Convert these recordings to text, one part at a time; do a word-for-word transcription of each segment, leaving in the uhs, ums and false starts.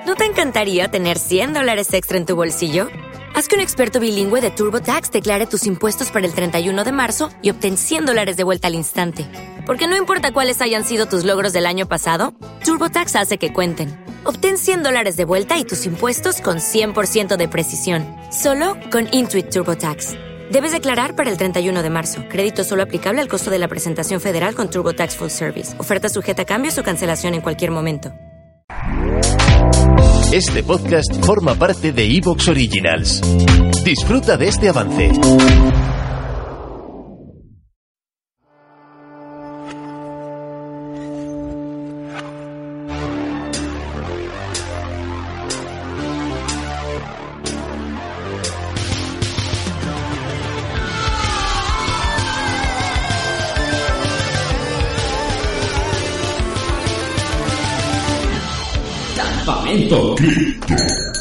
¿No te encantaría tener cien dólares extra en tu bolsillo? Haz que un experto bilingüe de TurboTax declare tus impuestos para el treinta y uno de marzo y obtén cien dólares de vuelta al instante. Porque no importa cuáles hayan sido tus logros del año pasado, TurboTax hace que cuenten. Obtén cien dólares de vuelta y tus impuestos con cien por ciento de precisión. Solo con Intuit TurboTax. Debes declarar para el treinta y uno de marzo. Crédito solo aplicable al costo de la presentación federal con TurboTax Full Service. Oferta sujeta a cambios o cancelación en cualquier momento. Este podcast forma parte de iVoox Originals. Disfruta de este avance. Campamento Cripto.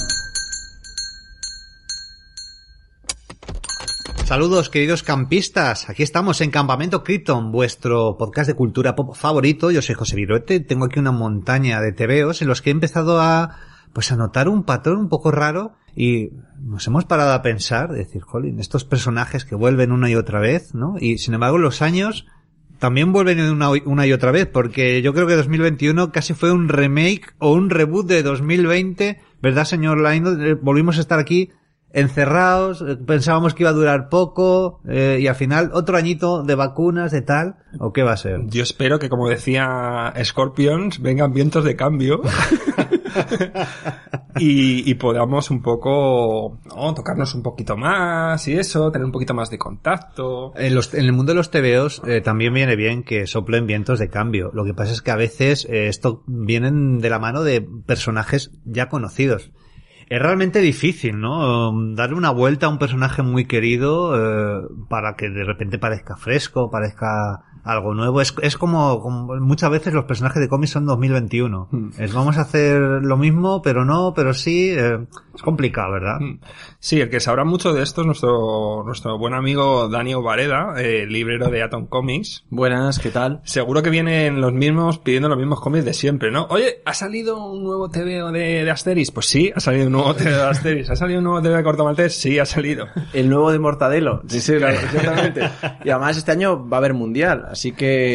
Saludos, queridos campistas. Aquí estamos en Campamento Krypton, vuestro podcast de cultura pop favorito. Yo soy José Viruete. Tengo aquí una montaña de tebeos en los que he empezado a, pues a notar un patrón un poco raro y nos hemos parado a pensar, decir, jolín, estos personajes que vuelven una y otra vez, ¿no? Y sin embargo los años también vuelven una, una y otra vez, porque yo creo que dos mil veintiuno casi fue un remake o un reboot de dos mil veinte, ¿verdad, señor Laino? Volvimos a estar aquí encerrados, pensábamos que iba a durar poco, eh, y al final otro añito de vacunas, de tal, ¿o qué va a ser? Yo espero que, como decía Scorpions, vengan vientos de cambio y, y podamos un poco, ¿no?, tocarnos un poquito más y eso, tener un poquito más de contacto. En, los, en el mundo de los tebeos eh, también viene bien que soplen vientos de cambio. Lo que pasa es que a veces eh, esto vienen de la mano de personajes ya conocidos. Es realmente difícil, ¿no? Darle una vuelta a un personaje muy querido eh, para que de repente parezca fresco, parezca algo nuevo. Es, es como, como muchas veces los personajes de cómics son dos mil veintiuno. Mm. Es vamos a hacer lo mismo, pero no, pero sí. Eh, es complicado, ¿verdad? Sí, el que sabrá mucho de esto es nuestro nuestro buen amigo Dani Ovareda, eh, librero de Atom Comics. Buenas, ¿qué tal? Seguro que vienen los mismos pidiendo los mismos cómics de siempre, ¿no? Oye, ¿ha salido un nuevo T V O de, de Asterix? Pues sí, ha salido un nuevo T V O de Asterix. ¿Ha salido un nuevo T V O de Corto Maltés? Sí, ha salido. El nuevo de Mortadelo. Sí, sí, claro, exactamente. Y además este año va a haber Mundial, así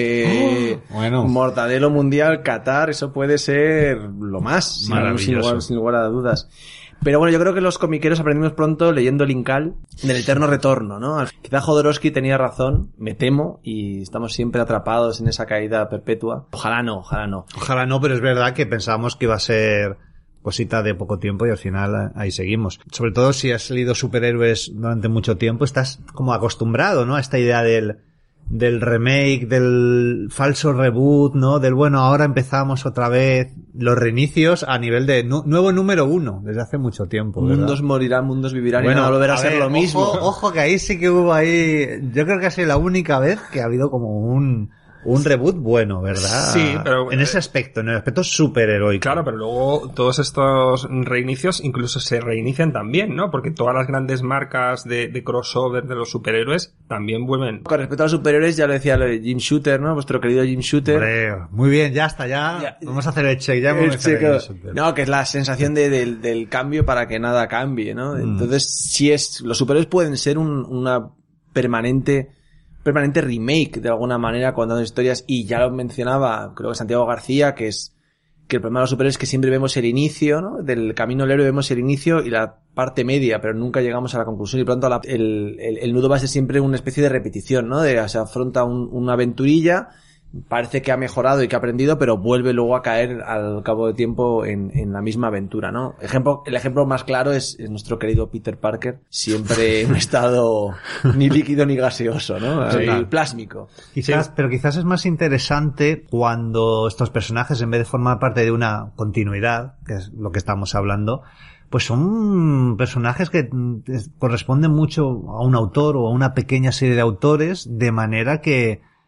que oh, bueno. Mortadelo Mundial, Qatar, eso puede ser lo más, sin, sin, lugar, sin lugar a dudas. Pero bueno, yo creo que los comiqueros aprendimos pronto leyendo el Incal del eterno retorno, ¿no? Quizá Jodorowsky tenía razón, me temo, y estamos siempre atrapados en esa caída perpetua. Ojalá no, ojalá no. Ojalá no, pero es verdad que pensábamos que iba a ser cosita de poco tiempo y al final ahí seguimos. Sobre todo si has leído superhéroes durante mucho tiempo, estás como acostumbrado, ¿no?, a esta idea del del remake, del falso reboot, ¿no? Del bueno, ahora empezamos otra vez, los reinicios a nivel de nu- nuevo número uno desde hace mucho tiempo, ¿verdad? Mundos morirán, mundos vivirán, bueno, y no volverá a, a ser ver, lo mismo. Ojo, ojo que ahí sí que hubo ahí, yo creo que ha sido la única vez que ha habido como un un reboot bueno, ¿verdad? Sí, pero en ese aspecto, en el aspecto superheroico. Claro, pero luego todos estos reinicios incluso se reinician también, ¿no? Porque todas las grandes marcas de, de crossover de los superhéroes también vuelven. Con respecto a los superhéroes, ya lo decía lo de Jim Shooter, ¿no? Vuestro querido Jim Shooter. Hombre, muy bien, ya está, ya, ya vamos a hacer el check, ya el hemos check, hecho no, que es la sensación de, de, del cambio para que nada cambie, ¿no? Mm. Entonces, si es, los superhéroes pueden ser un, una permanente permanente remake de alguna manera contando historias, y ya lo mencionaba creo que Santiago García, que es que el problema de los superhéroes es que siempre vemos el inicio, ¿no?, del camino del héroe, vemos el inicio y la parte media, pero nunca llegamos a la conclusión, y pronto la, el, el, el nudo va a ser siempre una especie de repetición, ¿no? De, o sea, afronta un, una aventurilla, parece que ha mejorado y que ha aprendido, pero vuelve luego a caer al cabo de tiempo en, en la misma aventura, ¿no? Ejemplo, el ejemplo más claro es, es nuestro querido Peter Parker, siempre en un estado ni líquido ni gaseoso, ¿no? Sí. El plásmico. Quizás, sí. Pero quizás es más interesante cuando estos personajes, en vez de formar parte de una continuidad, que es lo que estamos hablando, pues son personajes que corresponden mucho a un autor o a una pequeña serie de autores, de manera que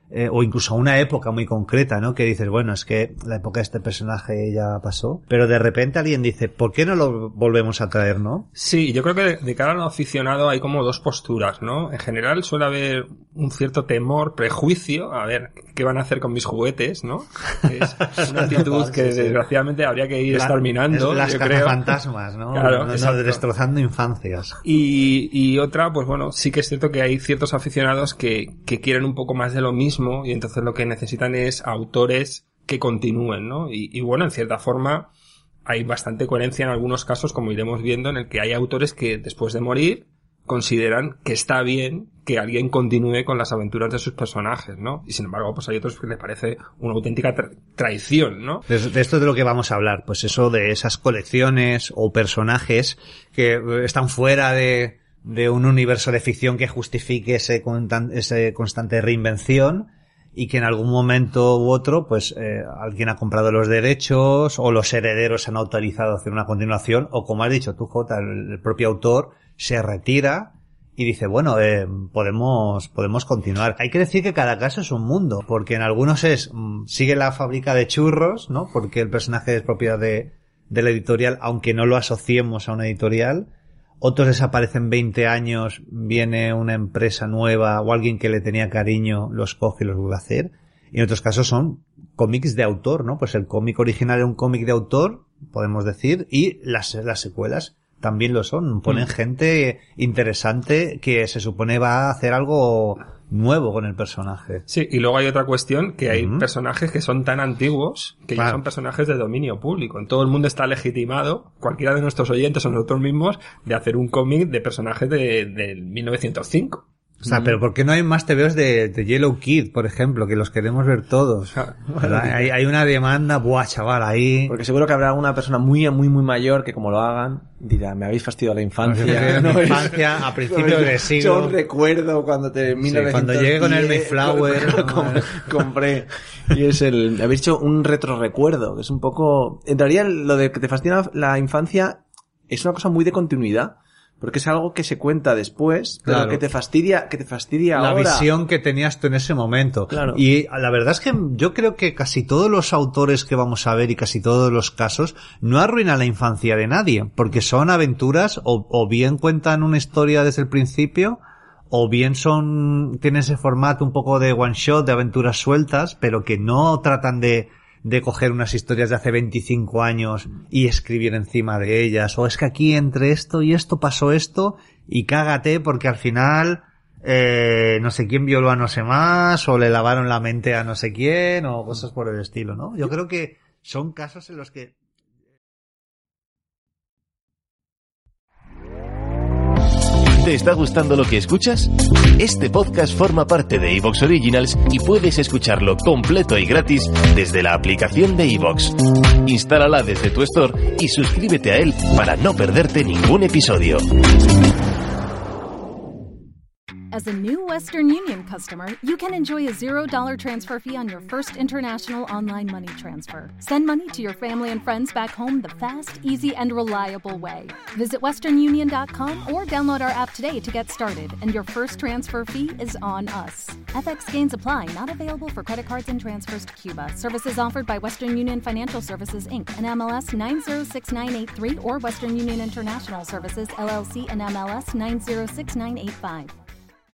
eh, o incluso a una época muy concreta, ¿no? Que dices, bueno, es que la época de este personaje ya pasó, pero de repente alguien dice, ¿por qué no lo volvemos a traer, no? Sí, yo creo que de, de cara al aficionado hay como dos posturas, ¿no? En general suele haber un cierto temor, prejuicio, a ver, ¿qué van a hacer con mis juguetes, no? Es una actitud que desgraciadamente habría que ir La, exterminando, las yo creo. fantasmas, ¿no? Claro, no, exacto. no, destrozando infancias. Y, y otra, pues bueno, sí que es cierto que hay ciertos aficionados que, que quieren un poco más de lo mismo y entonces lo que necesitan es autores que continúen, ¿no? Y, y bueno, en cierta forma hay bastante coherencia en algunos casos, como iremos viendo, en el que hay autores que después de morir consideran que está bien que alguien continúe con las aventuras de sus personajes, ¿no? Y sin embargo, pues hay otros que les parece una auténtica tra- traición, ¿no? De, de esto es de lo que vamos a hablar, pues eso de esas colecciones o personajes que están fuera de, de un universo de ficción que justifique ese, constan, ese constante reinvención y que en algún momento u otro, pues eh, alguien ha comprado los derechos o los herederos han autorizado a hacer una continuación o, como has dicho tú, Jota, el, el propio autor se retira y dice, bueno, eh, podemos podemos continuar. Hay que decir que cada caso es un mundo, porque en algunos es, mmm, sigue la fábrica de churros, ¿no? Porque el personaje es propiedad de, de la editorial, aunque no lo asociemos a una editorial. Otros desaparecen veinte años, viene una empresa nueva o alguien que le tenía cariño, los coge y los vuelve a hacer. Y en otros casos son cómics de autor, ¿no? Pues el cómic original era un cómic de autor, podemos decir, y las, las secuelas también lo son. Ponen mm. gente interesante que se supone va a hacer algo nuevo con el personaje. Sí, y luego hay otra cuestión, que hay uh-huh. personajes que son tan antiguos que claro. ya son personajes de dominio público. En todo el mundo está legitimado, cualquiera de nuestros oyentes o nosotros mismos, de hacer un cómic de personajes de, de mil novecientos cinco. O sea, pero ¿por qué no hay más T Vs de, de Yellow Kid, por ejemplo, que los queremos ver todos? Bueno, hay, hay una demanda, buah, chaval, ahí... Porque seguro que habrá una persona muy, muy, muy mayor que, como lo hagan, dirá, me habéis fastidiado la infancia. No, no, infancia, a principios de siglo... Yo recuerdo cuando te... Sí, cuando llegué con el Mayflower... No, com- compré. Y es el... Habéis hecho un retro recuerdo, que es un poco... En realidad, lo de que te fascina la infancia es una cosa muy de continuidad. Porque es algo que se cuenta después, pero claro. que te fastidia, que te fastidia la ahora. La visión que tenías tú en ese momento. Claro. Y la verdad es que yo creo que casi todos los autores que vamos a ver y casi todos los casos no arruinan la infancia de nadie, porque son aventuras o, o bien cuentan una historia desde el principio, o bien son, tienen ese formato un poco de one shot, de aventuras sueltas, pero que no tratan de de coger unas historias de hace veinticinco años y escribir encima de ellas, o es que aquí entre esto y esto pasó esto y cágate porque al final eh, no sé quién violó a no sé más o le lavaron la mente a no sé quién o cosas por el estilo, ¿no? Yo creo que son casos en los que... ¿Te está gustando lo que escuchas? Este podcast forma parte de iVoox Originals y puedes escucharlo completo y gratis desde la aplicación de iVoox. Instálala desde tu store y suscríbete a él para no perderte ningún episodio. As a new Western Union customer, you can enjoy a zero dollars transfer fee on your first international online money transfer. Send money to your family and friends back home the fast, easy, and reliable way. Visit western union dot com or download our app today to get started, and your first transfer fee is on us. F X gains apply, not available for credit cards and transfers to Cuba. Services offered by Western Union Financial Services, Incorporated, and M L S nine zero six nine eight three or Western Union International Services, L L C, and M L S nine zero six nine eight five.